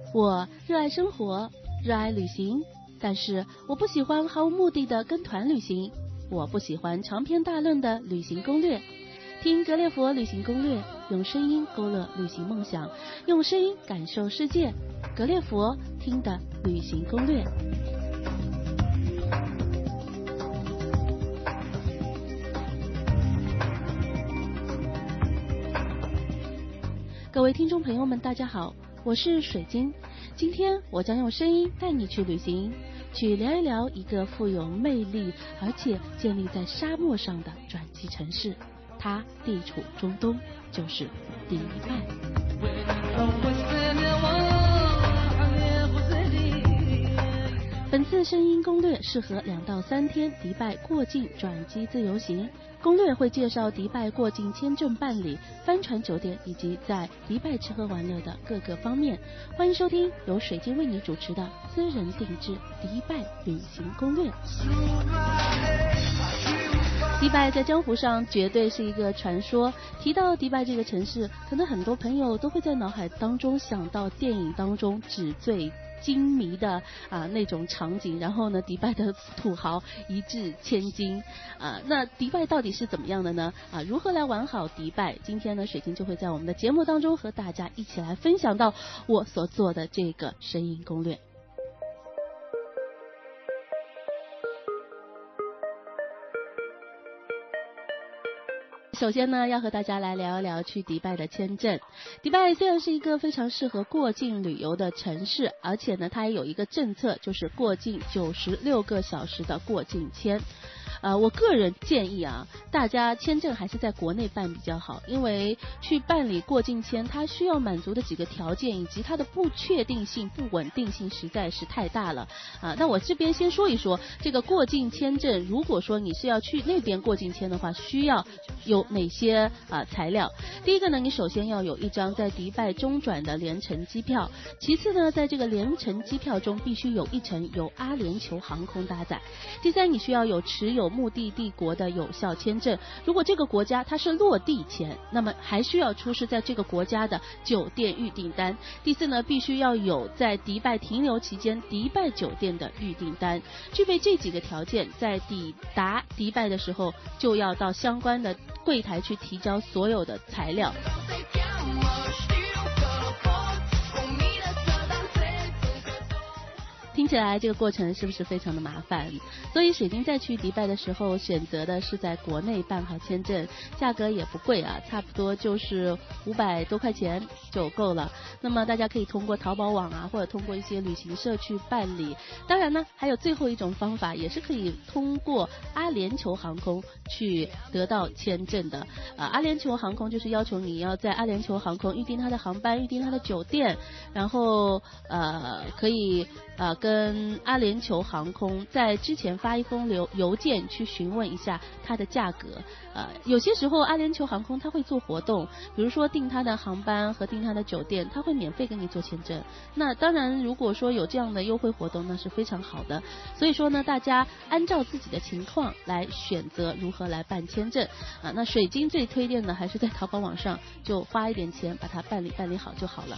我热爱生活，热爱旅行，但是我不喜欢毫无目的的跟团旅行，我不喜欢长篇大论的旅行攻略。听格列佛旅行攻略，用声音勾勒旅行梦想，用声音感受世界。格列佛听的旅行攻略。各位听众朋友们，大家好，我是水晶。今天我将用声音带你去旅行，去聊一聊一个富有魅力而且建立在沙漠上的转机城市。它地处中东，就是迪拜。本次声音攻略适合2到3天迪拜过境转机自由行。攻略会介绍迪拜过境签证办理、帆船酒店以及在迪拜吃喝玩乐的各个方面。欢迎收听由水晶为你主持的私人定制迪拜旅行攻略。迪拜在江湖上绝对是一个传说。提到迪拜这个城市，可能很多朋友都会在脑海当中想到电影当中纸醉金迷的那种场景，然后呢，迪拜的土豪一掷千金那迪拜到底是怎么样的呢？如何来玩好迪拜？今天呢，水晶就会在我们的节目当中和大家一起来分享到我所做的这个声音攻略。首先呢，要和大家来聊一聊去迪拜的签证。迪拜虽然是一个非常适合过境旅游的城市，而且呢，它也有一个政策，就是过境96个小时的过境签。我个人建议大家签证还是在国内办比较好，因为去办理过境签，它需要满足的几个条件以及它的不确定性、不稳定性实在是太大了那我这边先说一说这个过境签证，如果说你是要去那边过境签的话，需要有哪些材料？第一个呢，你首先要有一张在迪拜中转的联程机票，其次呢，在这个联程机票中必须有一程由阿联酋航空搭载。第三，你需要有持有目的地国的有效签证，如果这个国家它是落地签，那么还需要出示在这个国家的酒店预订单。第四呢，必须要有在迪拜停留期间迪拜酒店的预订单。具备这几个条件，在抵达迪拜的时候就要到相关的柜台去提交所有的材料。听起来这个过程是不是非常的麻烦？所以水晶在去迪拜的时候选择的是在国内办好签证，价格也不贵差不多就是500多块钱就够了。那么大家可以通过淘宝网或者通过一些旅行社去办理。当然呢，还有最后一种方法，也是可以通过阿联酋航空去得到签证的。阿联酋航空就是要求你要在阿联酋航空预订它的航班、预订它的酒店，然后可以跟阿联酋航空在之前发一封邮件去询问一下它的价格。有些时候阿联酋航空它会做活动，比如说订它的航班和订它的酒店，它会免费给你做签证。那当然如果说有这样的优惠活动，那是非常好的。所以说呢，大家按照自己的情况来选择如何来办签证那水晶最推荐的还是在淘宝网上就花一点钱把它办理好就好了。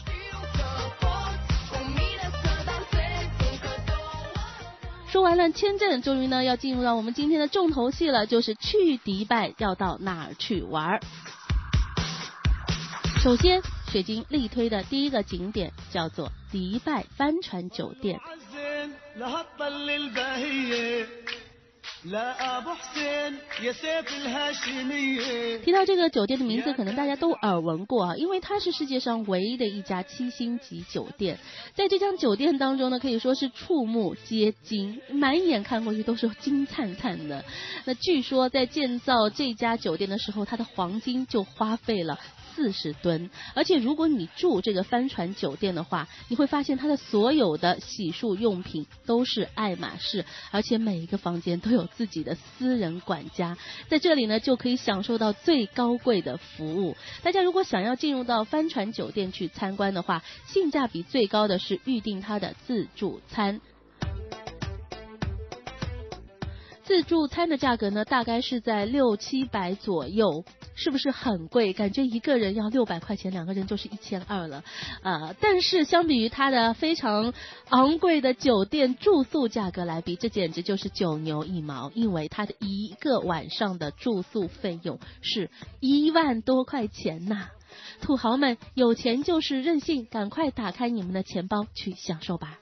说完了签证，终于呢要进入到我们今天的重头戏了，就是去迪拜要到哪儿去玩。首先，水晶力推的第一个景点叫做迪拜帆船酒店。提到这个酒店的名字，可能大家都耳闻过因为它是世界上唯一的一家7星级酒店。在这家酒店当中呢，可以说是触目皆惊，满眼看过去都是金灿灿的。那据说在建造这家酒店的时候，它的黄金就花费了40吨，而且如果你住这个帆船酒店的话，你会发现它的所有的洗漱用品都是爱马仕，而且每一个房间都有自己的私人管家，在这里呢就可以享受到最高贵的服务。大家如果想要进入到帆船酒店去参观的话，性价比最高的是预订它的自助餐。自助餐的价格呢，大概是在600-700左右。 是不是很贵？感觉一个人要600块钱，2个人就是1200了。但是相比于它的非常昂贵的酒店住宿价格来比，这简直就是9牛1毛，因为它的一个晚上的住宿费用是1万多块钱呐。土豪们，有钱就是任性，赶快打开你们的钱包去享受吧。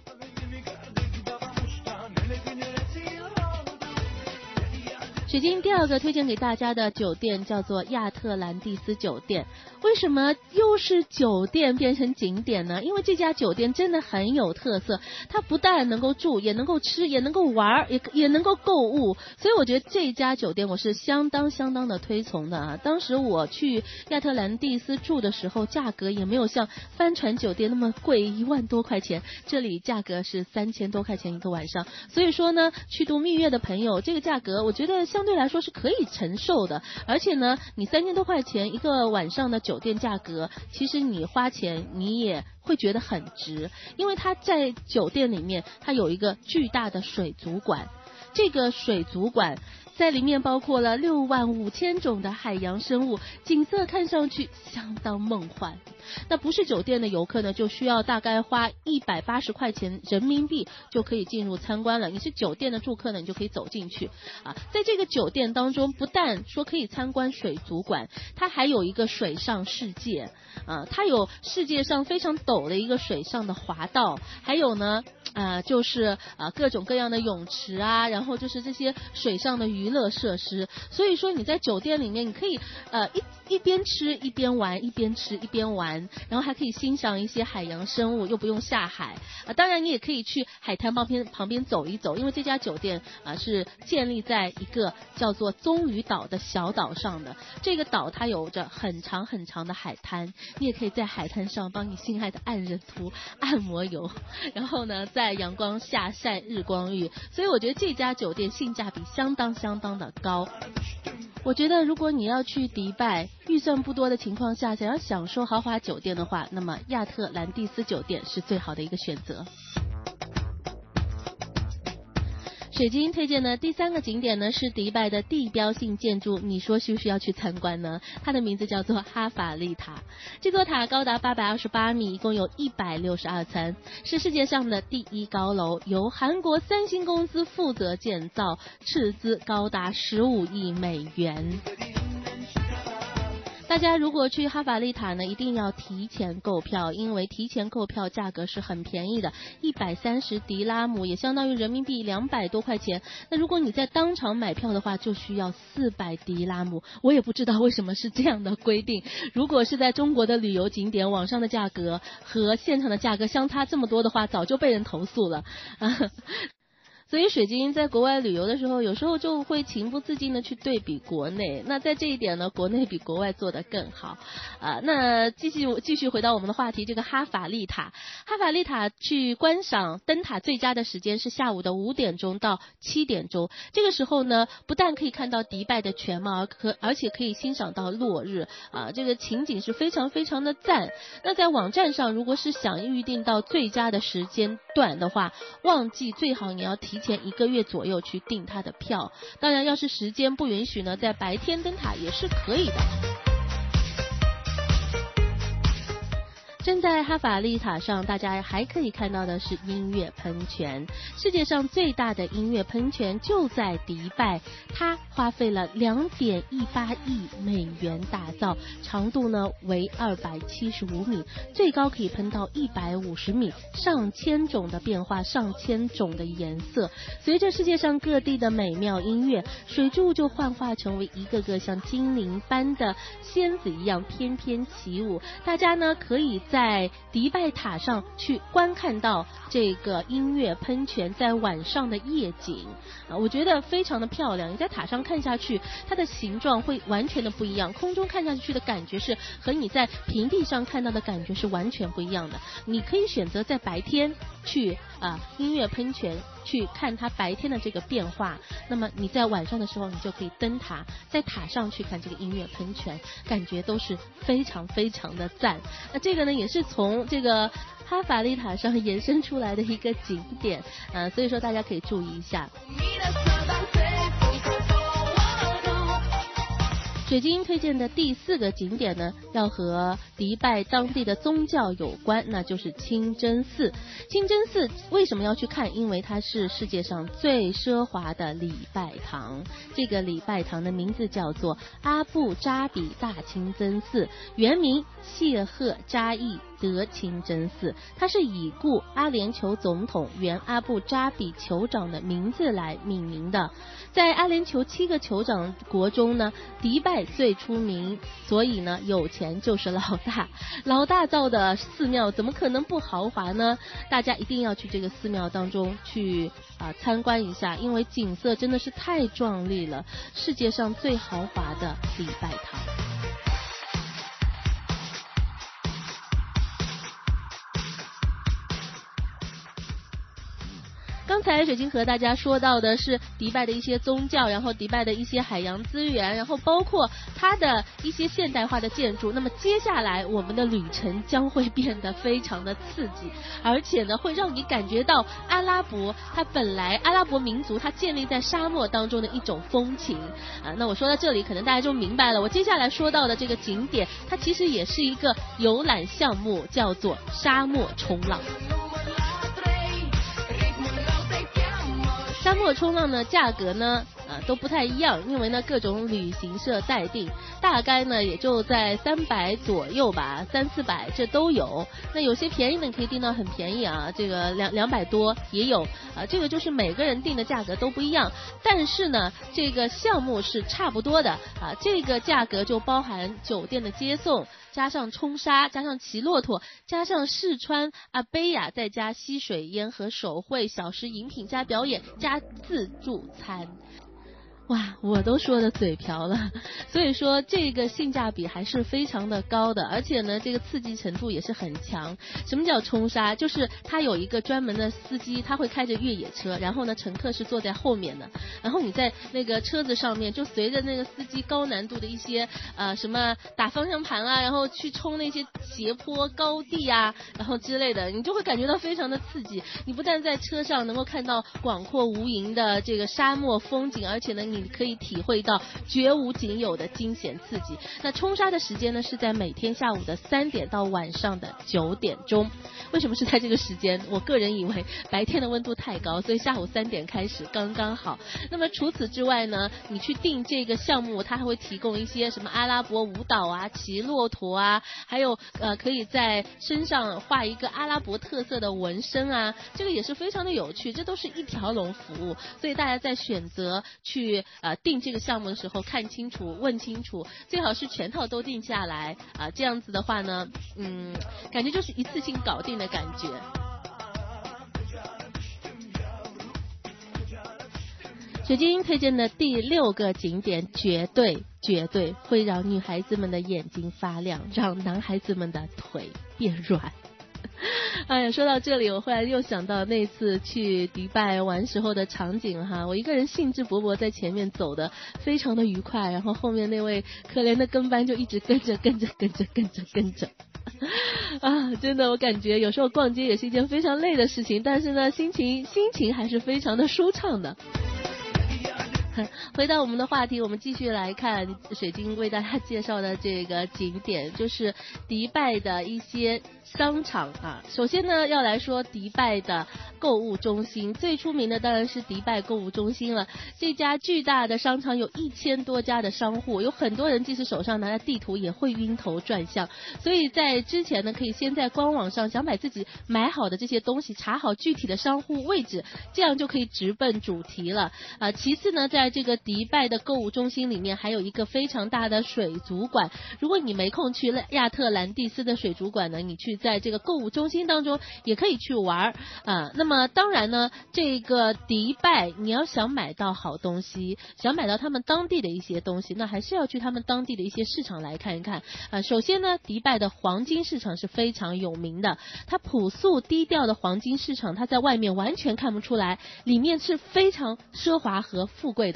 水晶第2个推荐给大家的酒店叫做亚特兰蒂斯酒店。为什么又是酒店变成景点呢？因为这家酒店真的很有特色，它不但能够住，也能够吃，也能够玩，也能够购物，所以我觉得这家酒店我是相当的推崇的啊。当时我去亚特兰蒂斯住的时候，价格也没有像帆船酒店那么贵，1万多块钱，这里价格是3000多块钱一个晚上。所以说呢，去度蜜月的朋友，这个价格我觉得相对来说是可以承受的。而且呢，你3000多块钱一个晚上的酒店价格，其实你花钱你也会觉得很值，因为它在酒店里面它有一个巨大的水族馆，这个水族馆在里面包括了65000种的海洋生物，景色看上去相当梦幻。那不是酒店的游客呢，就需要大概花180块钱人民币就可以进入参观了。你是酒店的住客呢，你就可以走进去啊。在这个酒店当中，不但说可以参观水族馆，它还有一个水上世界啊，它有世界上非常陡的一个水上的滑道，还有呢就是各种各样的泳池啊，然后就是这些水上的娱乐设施。所以说你在酒店里面，你可以一边吃一边玩，一边吃一边玩，然后还可以欣赏一些海洋生物，又不用下海当然你也可以去海滩旁边走一走，因为这家酒店是建立在一个叫做棕榈岛的小岛上的。这个岛它有着很长的海滩，你也可以在海滩上帮你心爱的爱人涂按摩油，然后呢在阳光下晒日光浴。所以我觉得这家酒店性价比相当的高。我觉得如果你要去迪拜，预算不多的情况下，想要享受豪华酒店的话，那么亚特兰蒂斯酒店是最好的一个选择。水晶推荐的第3个景点呢是迪拜的地标性建筑，你说需不需要去参观呢？它的名字叫做哈法利塔。这座塔高达828米，一共有162层，是世界上的第1高楼，由韩国3星公司负责建造，斥资高达15亿美元。大家如果去哈法利塔呢，一定要提前购票，因为提前购票价格是很便宜的，130迪拉姆，也相当于人民币200多块钱。那如果你在当场买票的话，就需要400迪拉姆。我也不知道为什么是这样的规定。如果是在中国的旅游景点，网上的价格和现场的价格相差这么多的话，早就被人投诉了所以水晶在国外旅游的时候，有时候就会情不自禁的去对比国内。那在这一点呢，国内比国外做得更好那继续回到我们的话题，这个哈法利塔去观赏灯塔最佳的时间是下午的5点钟到7点钟。这个时候呢，不但可以看到迪拜的全貌，而且可以欣赏到落日这个情景是非常的赞。那在网站上，如果是想预定到最佳的时间段的话，旺季最好你要提前1个月左右去订它的票。当然要是时间不允许呢，在白天灯塔也是可以的。站在哈法利塔上，大家还可以看到的是音乐喷泉。世界上最大的音乐喷泉就在迪拜，它花费了2.18亿美元打造，长度呢为275米，最高可以喷到150米，上千种的变化，上千种的颜色。随着世界上各地的美妙音乐，水柱就幻化成为一个个像精灵般的仙子一样翩翩起舞。大家呢可以在迪拜塔上去观看到这个音乐喷泉在晚上的夜景我觉得非常的漂亮。你在塔上看下去，它的形状会完全的不一样，空中看下去的感觉是和你在平地上看到的感觉是完全不一样的。你可以选择在白天去音乐喷泉去看它白天的这个变化，那么你在晚上的时候，你就可以登塔，在塔上去看这个音乐喷泉，感觉都是非常的赞。那这个呢，也是从这个哈法利塔上延伸出来的一个景点所以说大家可以注意一下。 水晶推荐的第4个景点呢，要和迪拜当地的宗教有关，那就是清真寺。清真寺为什么要去看？因为它是世界上最奢华的礼拜堂。这个礼拜堂的名字叫做阿布扎比大清真寺，原名谢赫扎伊德清真寺，它是已故阿联酋总统原阿布扎比酋长的名字来命名的。在阿联酋7个酋长国中呢，迪拜最出名，所以呢，有钱就是老大。老大造的寺庙怎么可能不豪华呢？大家一定要去这个寺庙当中去参观一下，因为景色真的是太壮丽了，世界上最豪华的礼拜堂。刚才水晶和大家说到的是迪拜的一些宗教，然后迪拜的一些海洋资源，然后包括它的一些现代化的建筑。那么接下来我们的旅程将会变得非常的刺激，而且呢会让你感觉到阿拉伯它本来阿拉伯民族它建立在沙漠当中的一种风情那我说到这里可能大家就明白了，我接下来说到的这个景点它其实也是一个游览项目，叫做沙漠冲浪。沙漠冲浪呢，价格呢都不太一样，因为呢各种旅行社待定，大概呢也就在300左右吧，300-400这都有。那有些便宜的你可以订到很便宜这个200多也有这个就是每个人订的价格都不一样。但是呢，这个项目是差不多的这个价格就包含酒店的接送，加上冲沙，加上骑骆驼，加上试穿阿贝亚，再加吸水烟和手绘小食饮品加表演加自助餐。哇，我都说的嘴瓢了，所以说这个性价比还是非常的高的，而且呢这个刺激程度也是很强。什么叫冲沙？就是他有一个专门的司机，他会开着越野车，然后呢乘客是坐在后面的，然后你在那个车子上面就随着那个司机高难度的一些什么打方向盘然后去冲那些斜坡高地然后之类的，你就会感觉到非常的刺激。你不但在车上能够看到广阔无垠的这个沙漠风景，而且呢你可以体会到绝无仅有的惊险刺激。那冲沙的时间呢是在每天下午的3点到晚上的9点钟。为什么是在这个时间？我个人以为白天的温度太高，所以下午3点开始刚刚好。那么除此之外呢，你去订这个项目，它还会提供一些什么阿拉伯舞蹈骑骆驼还有可以在身上画一个阿拉伯特色的纹身这个也是非常的有趣，这都是一条龙服务。所以大家在选择去订这个项目的时候看清楚问清楚，最好是全套都定下来这样子的话呢感觉就是一次性搞定的感觉。水晶推荐的第6个景点绝对会让女孩子们的眼睛发亮，让男孩子们的腿变软。哎呀，说到这里我忽然又想到那次去迪拜玩时候的场景我一个人兴致勃勃在前面走的非常的愉快，然后后面那位可怜的跟班就一直跟着真的我感觉有时候逛街也是一件非常累的事情，但是呢心情还是非常的舒畅的。回到我们的话题，我们继续来看水晶为大家介绍的这个景点，就是迪拜的一些商场首先呢要来说迪拜的购物中心，最出名的当然是迪拜购物中心了。这家巨大的商场有1000多家的商户，有很多人即使手上拿着地图也会晕头转向，所以在之前呢可以先在官网上想买自己买好的这些东西，查好具体的商户位置，这样就可以直奔主题了其次呢，在这个迪拜的购物中心里面还有一个非常大的水族馆，如果你没空去亚特兰蒂斯的水族馆呢，你去在这个购物中心当中也可以去玩那么当然呢，这个迪拜你要想买到好东西，想买到他们当地的一些东西，那还是要去他们当地的一些市场来看一看首先呢，迪拜的黄金市场是非常有名的，它朴素低调的黄金市场，它在外面完全看不出来，里面是非常奢华和富贵的。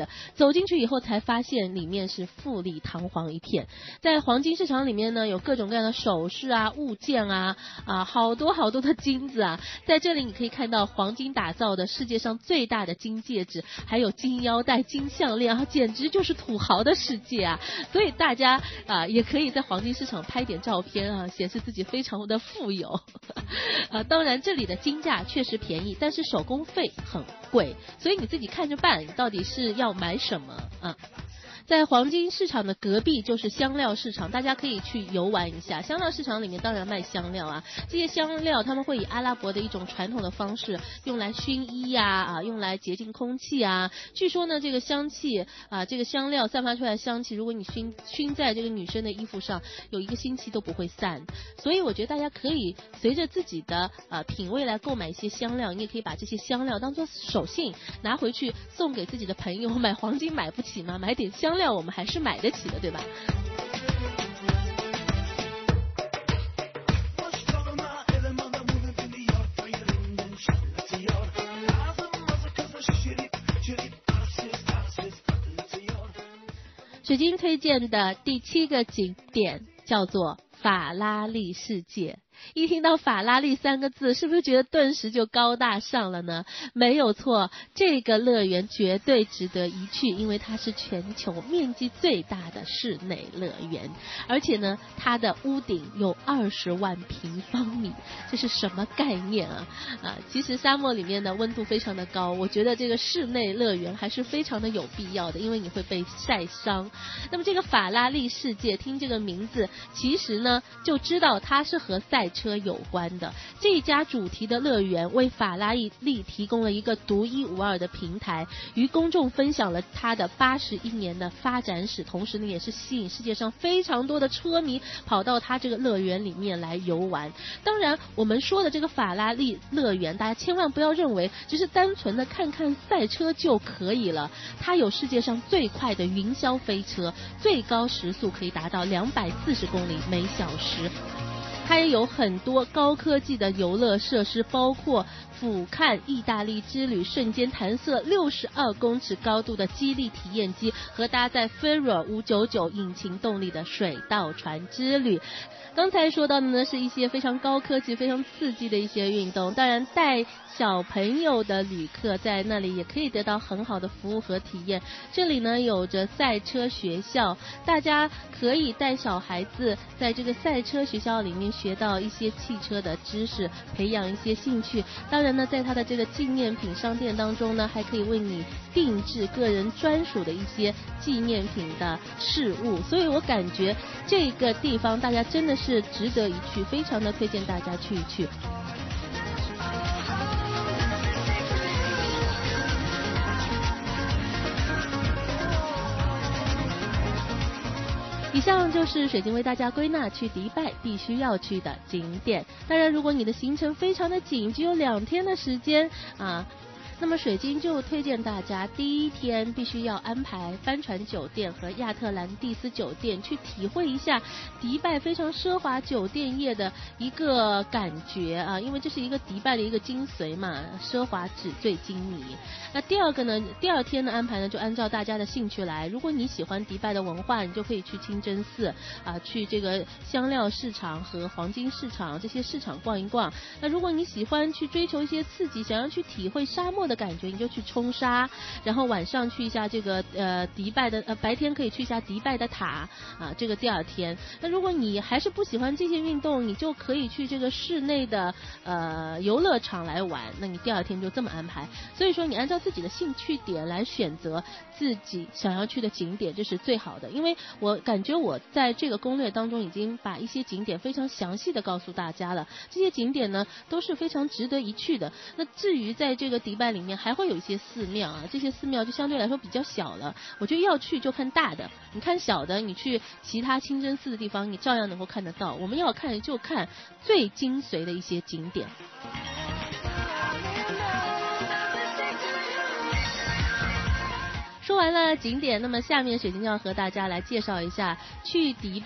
的，走进去以后才发现里面是富丽堂皇一片。在黄金市场里面呢，有各种各样的首饰啊、物件啊，好多好多的金子啊。在这里你可以看到黄金打造的世界上最大的金戒指，还有金腰带、金项链，简直就是土豪的世界啊！所以大家也可以在黄金市场拍点照片啊，显示自己非常的富有。当然这里的金价确实便宜，但是手工费很贵，所以你自己看着办，你到底是要买什么啊？在黄金市场的隔壁就是香料市场，大家可以去游玩一下。香料市场里面当然卖香料啊，这些香料他们会以阿拉伯的一种传统的方式用来熏衣啊，用来洁净空气啊。据说呢，这个香气这个香料散发出来的香气，如果你熏在这个女生的衣服上，有1个星期都不会散。所以我觉得大家可以随着自己的品味来购买一些香料，你也可以把这些香料当做手信拿回去送给自己的朋友。买黄金买不起吗？买点香料我们还是买得起的，对吧？水晶推荐的第7个景点叫做法拉利世界。一听到法拉利3个字，是不是觉得顿时就高大上了呢？没有错，这个乐园绝对值得一去，因为它是全球面积最大的室内乐园，而且呢，它的屋顶有20万平方米，这是什么概念啊？其实沙漠里面的温度非常的高，我觉得这个室内乐园还是非常的有必要的，因为你会被晒伤。那么这个法拉利世界，听这个名字，其实呢就知道它是和赛车有关的。这一家主题的乐园为法拉利提供了一个独一无二的平台，与公众分享了它的81年的发展史，同时呢也是吸引世界上非常多的车迷跑到它这个乐园里面来游玩。当然我们说的这个法拉利乐园，大家千万不要认为只是单纯的看看赛车就可以了，它有世界上最快的云霄飞车，最高时速可以达到240公里每小时。它也有很多高科技的游乐设施，包括俯瞰意大利之旅、瞬间弹射62公尺高度的激励体验机和搭载 Ferro 599引擎动力的水道船之旅。刚才说到的呢，是一些非常高科技、非常刺激的一些运动。当然，带小朋友的旅客在那里也可以得到很好的服务和体验。这里呢，有着赛车学校，大家可以带小孩子在这个赛车学校里面学到一些汽车的知识，培养一些兴趣。当然呢，在它的这个纪念品商店当中呢，还可以为你定制个人专属的一些纪念品的饰物。所以我感觉这个地方大家真的是值得一去，非常的推荐大家去一去。以上就是水晶为大家归纳去迪拜必须要去的景点。当然如果你的行程非常的紧，只有2天的时间那么水晶就推荐大家第1天必须要安排帆船酒店和亚特兰蒂斯酒店，去体会一下迪拜非常奢华酒店业的一个感觉因为这是一个迪拜的一个精髓嘛，奢华纸醉金迷。那第2天的安排呢，就按照大家的兴趣来。如果你喜欢迪拜的文化，你就可以去清真寺去这个香料市场和黄金市场这些市场逛一逛。那如果你喜欢去追求一些刺激，想要去体会沙漠的感觉，你就去冲沙，然后晚上去一下这个迪拜的白天可以去一下迪拜的塔这个第2天。那如果你还是不喜欢这些运动，你就可以去这个室内的游乐场来玩，那你第2天就这么安排。所以说你按照自己的兴趣点来选择自己想要去的景点，这是最好的。因为我感觉我在这个攻略当中已经把一些景点非常详细的告诉大家了，这些景点呢都是非常值得一去的。那至于在这个迪拜里面还会有一些寺庙这些寺庙就相对来说比较小了，我觉得要去就看大的，你看小的你去其他清真寺的地方你照样能够看得到，我们要看就看最精髓的一些景点。说完了景点，那么下面水晶要和大家来介绍一下去迪拜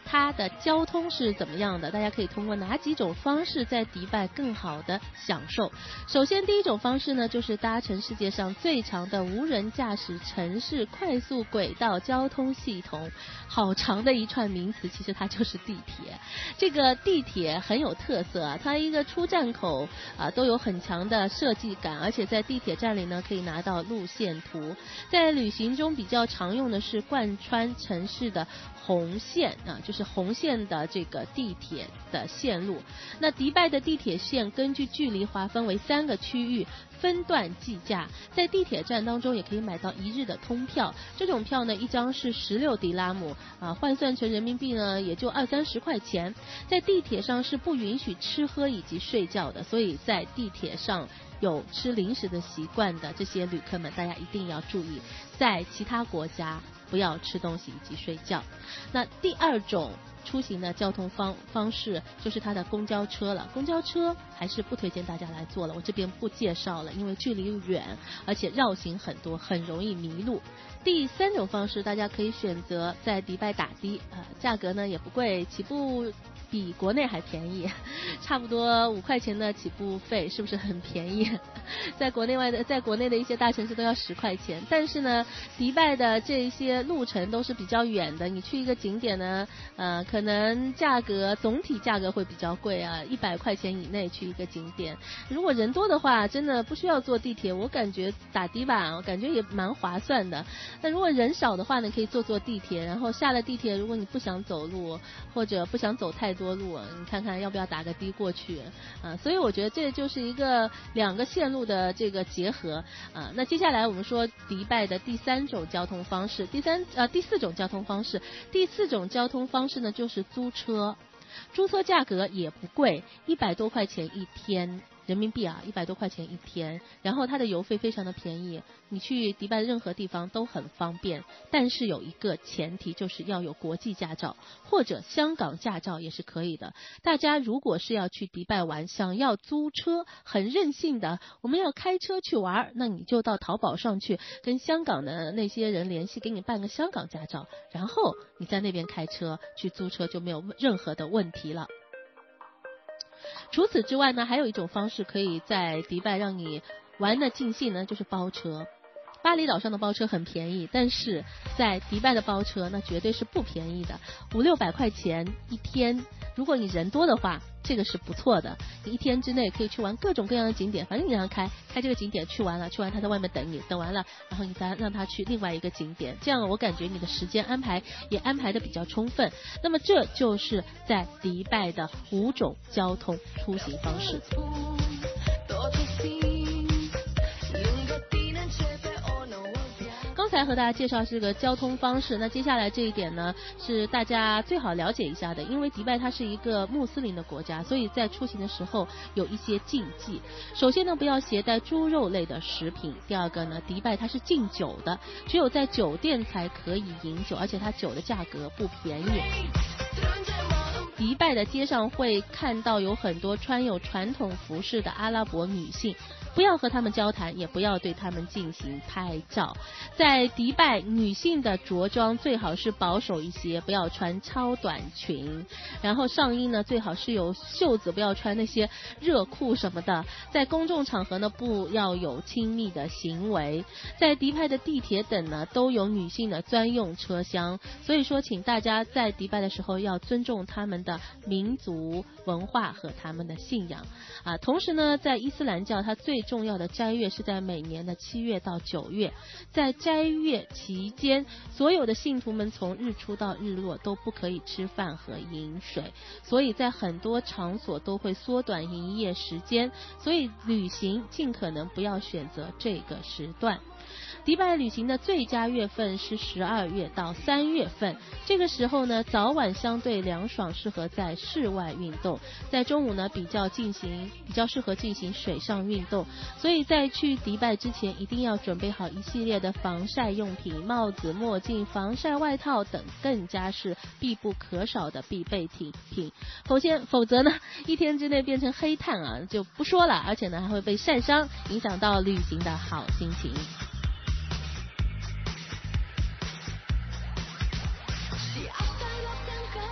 它的交通是怎么样的，大家可以通过哪几种方式在迪拜更好的享受。首先第一种方式呢，就是搭乘世界上最长的无人驾驶城市快速轨道交通系统。好长的一串名词，其实它就是地铁。这个地铁很有特色啊，它一个出站口都有很强的设计感，而且在地铁站里呢可以拿到路线图。在旅行中比较常用的是贯穿城市的红线就是红线的这个地铁的线路。那迪拜的地铁线根据距离划分为3个区域，分段计价。在地铁站当中也可以买到1日的通票，这种票呢一张是16迪拉姆换算成人民币呢也就20-30块钱。在地铁上是不允许吃喝以及睡觉的，所以在地铁上有吃零食的习惯的这些旅客们，大家一定要注意，在其他国家不要吃东西以及睡觉。那第二种出行的交通方式就是它的公交车了。公交车还是不推荐大家来坐了，我这边不介绍了，因为距离远，而且绕行很多，很容易迷路。第3种方式，大家可以选择在迪拜打的，价格呢也不贵，起步比国内还便宜，差不多5块钱的起步费，是不是很便宜？在国内的一些大城市都要10块钱，但是呢，迪拜的这些路程都是比较远的，你去一个景点呢，可能总体价格会比较贵啊，100块钱以内去一个景点。如果人多的话，真的不需要坐地铁，我感觉打的吧，我感觉也蛮划算的。那如果人少的话呢，可以坐地铁，然后下了地铁，如果你不想走路或者不想走太多路，你看看要不要打个的过去所以我觉得这就是一个2个线路的这个结合那接下来我们说迪拜的第4种交通方式。第4种交通方式呢就是租车。租车价格也不贵，100多块钱一天人民币100多块钱一天，然后它的油费非常的便宜，你去迪拜任何地方都很方便。但是有一个前提，就是要有国际驾照或者香港驾照也是可以的。大家如果是要去迪拜玩，想要租车，很任性的我们要开车去玩，那你就到淘宝上去跟香港的那些人联系，给你办个香港驾照，然后你在那边开车去租车就没有任何的问题了。除此之外呢，还有一种方式可以在迪拜让你玩的尽兴呢，就是包车。巴厘岛上的包车很便宜，但是在迪拜的包车那绝对是不便宜的，500-600块钱一天。如果你人多的话，这个是不错的，你一天之内可以去玩各种各样的景点，反正你让他开这个景点去完了，他在外面等你，等完了然后你再让他去另外一个景点，这样我感觉你的时间安排也安排的比较充分。那么这就是在迪拜的5种交通出行方式。刚才和大家介绍这个交通方式，那接下来这一点呢是大家最好了解一下的，因为迪拜它是一个穆斯林的国家，所以在出行的时候有一些禁忌。首先呢，不要携带猪肉类的食品。第二个呢，迪拜它是禁酒的，只有在酒店才可以饮酒，而且它酒的价格不便宜。迪拜的街上会看到有很多穿有传统服饰的阿拉伯女性，不要和她们交谈，也不要对她们进行拍照。在迪拜，女性的着装最好是保守一些，不要穿超短裙，然后上衣呢最好是有袖子，不要穿那些热裤什么的。在公众场合呢，不要有亲密的行为。在迪拜的地铁等呢都有女性的专用车厢，所以说请大家在迪拜的时候要尊重他们的民族文化和他们的信仰同时呢，在伊斯兰教它最重要的斋月是在每年的7月到9月，在斋月期间，所有的信徒们从日出到日落都不可以吃饭和饮水，所以在很多场所都会缩短营业时间，所以旅行尽可能不要选择这个时段。迪拜旅行的最佳月份是12月到3月份，这个时候呢早晚相对凉爽，适合在室外运动。在中午呢比较适合进行水上运动，所以在去迪拜之前一定要准备好一系列的防晒用品，帽子、墨镜、防晒外套等更加是必不可少的必备品，否则呢一天之内变成黑炭就不说了，而且呢还会被晒伤，影响到旅行的好心情。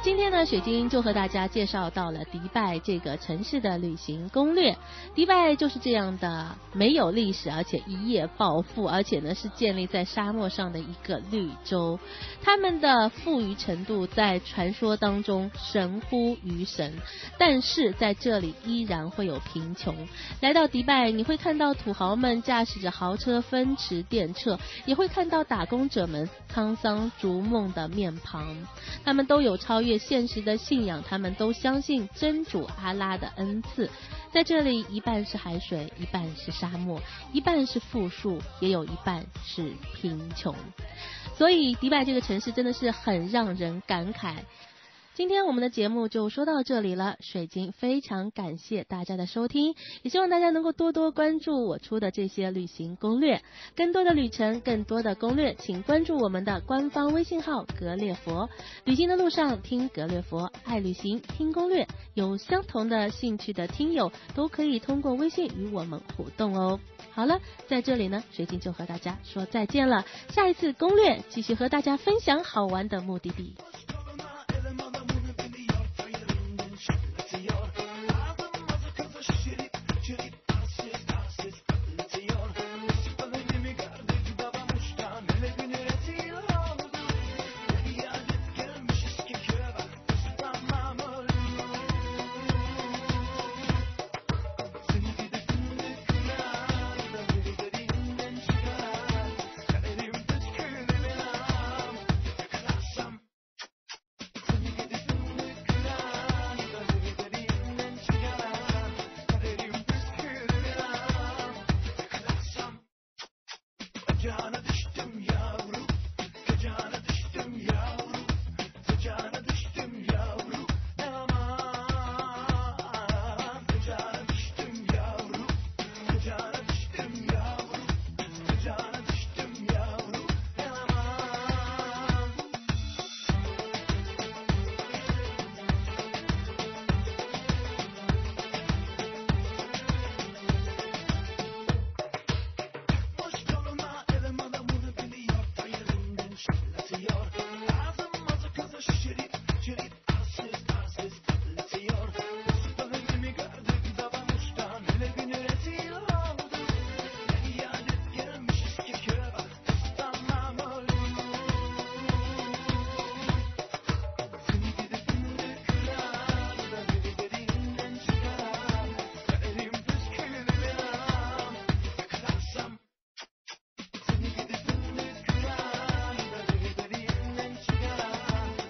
今天呢，水晶就和大家介绍到了迪拜这个城市的旅行攻略。迪拜就是这样的没有历史，而且一夜暴富，而且呢是建立在沙漠上的一个绿洲。他们的富裕程度在传说当中神乎于神，但是在这里依然会有贫穷。来到迪拜，你会看到土豪们驾驶着豪车奔驰电掣，也会看到打工者们沧桑逐梦的面庞。他们都有超越现实的信仰，他们都相信真主阿拉的恩赐。在这里，一半是海水，一半是沙漠，一半是富庶，也有一半是贫穷。所以迪拜这个城市真的是很让人感慨。今天我们的节目就说到这里了，水晶非常感谢大家的收听，也希望大家能够多多关注我出的这些旅行攻略。更多的旅程，更多的攻略，请关注我们的官方微信号格列佛。旅行的路上听格列佛，爱旅行听攻略，有相同的兴趣的听友都可以通过微信与我们互动哦。好了，在这里呢，水晶就和大家说再见了，下一次攻略继续和大家分享好玩的目的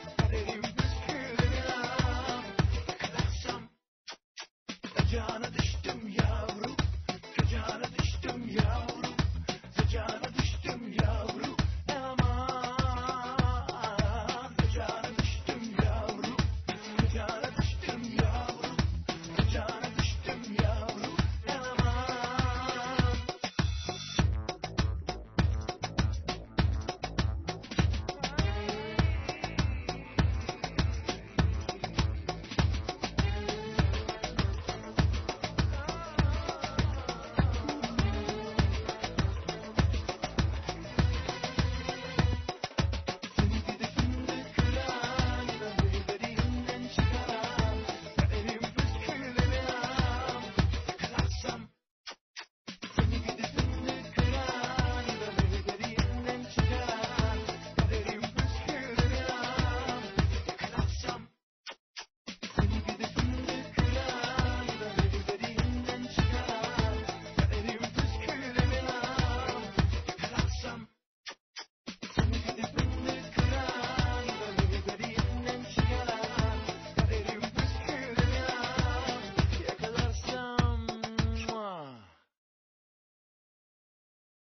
地。Canı düştü.